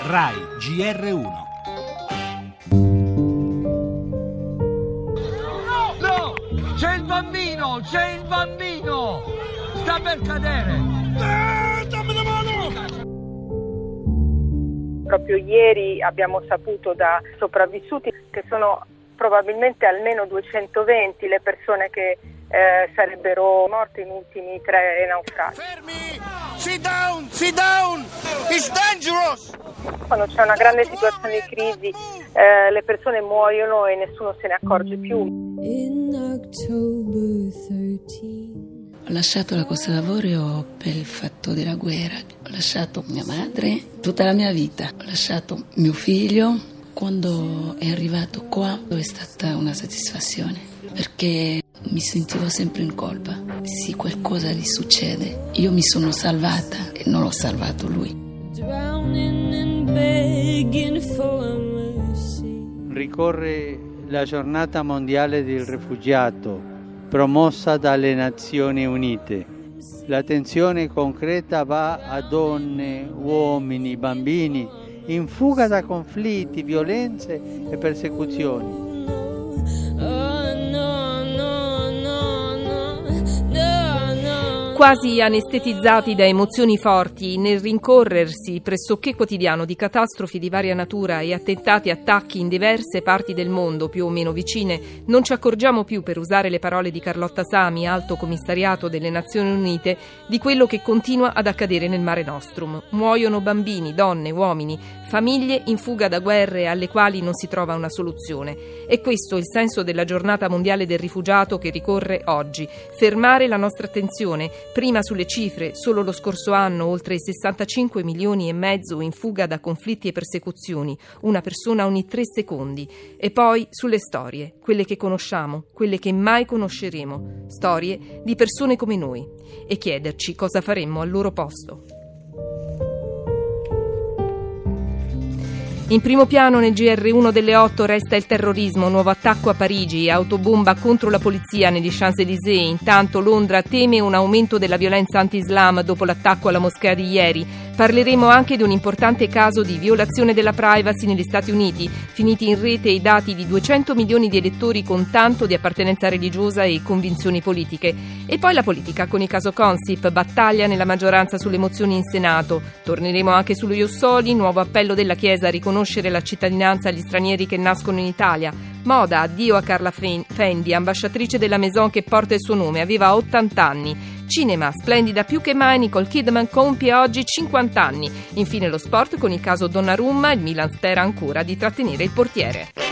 RAI GR1. No! C'è il bambino! Sta per cadere! Dammi la mano! Proprio ieri abbiamo saputo da sopravvissuti che sono probabilmente almeno 220 le persone che sarebbero morte in ultimi 3 naufragi. Fermi! Sit down! It's dangerous! Quando c'è una grande situazione di crisi le persone muoiono e nessuno se ne accorge più. Ho lasciato la Costa d'Avorio per il fatto della guerra. Ho lasciato mia madre tutta la mia vita. Ho lasciato mio figlio. Quando è arrivato qua è stata una soddisfazione perché mi sentivo sempre in colpa. Se qualcosa gli succede, io mi sono salvata e non l'ho salvato lui. Ricorre la giornata mondiale del rifugiato, promossa dalle Nazioni Unite. L'attenzione concreta va a donne, uomini, bambini in fuga da conflitti, violenze e persecuzioni. Quasi anestetizzati da emozioni forti, nel rincorrersi pressoché quotidiano di catastrofi di varia natura e attentati e attacchi in diverse parti del mondo più o meno vicine, non ci accorgiamo più, per usare le parole di Carlotta Sami, Alto Commissariato delle Nazioni Unite, di quello che continua ad accadere nel Mare Nostrum. Muoiono bambini, donne, uomini, famiglie in fuga da guerre alle quali non si trova una soluzione. E questo è il senso della Giornata Mondiale del Rifugiato che ricorre oggi: fermare la nostra attenzione prima sulle cifre. Solo lo scorso anno oltre 65 milioni e mezzo in fuga da conflitti e persecuzioni, una persona ogni 3 secondi, e poi sulle storie, quelle che conosciamo, quelle che mai conosceremo, storie di persone come noi, e chiederci cosa faremmo al loro posto. In primo piano nel GR1 delle 8 resta il terrorismo, nuovo attacco a Parigi, autobomba contro la polizia negli Champs-Élysées. Intanto Londra teme un aumento della violenza anti-Islam dopo l'attacco alla moschea di ieri. Parleremo anche di un importante caso di violazione della privacy negli Stati Uniti, finiti in rete i dati di 200 milioni di elettori con tanto di appartenenza religiosa e convinzioni politiche. E poi la politica con il caso Consip, battaglia nella maggioranza sulle mozioni in Senato. Torneremo anche sullo Ius Soli, nuovo appello della Chiesa a riconoscere la cittadinanza agli stranieri che nascono in Italia. Moda, addio a Carla Fendi, ambasciatrice della Maison che porta il suo nome, aveva 80 anni. Cinema, splendida più che mai, Nicole Kidman compie oggi 50 anni. Infine lo sport con il caso Donnarumma, il Milan spera ancora di trattenere il portiere.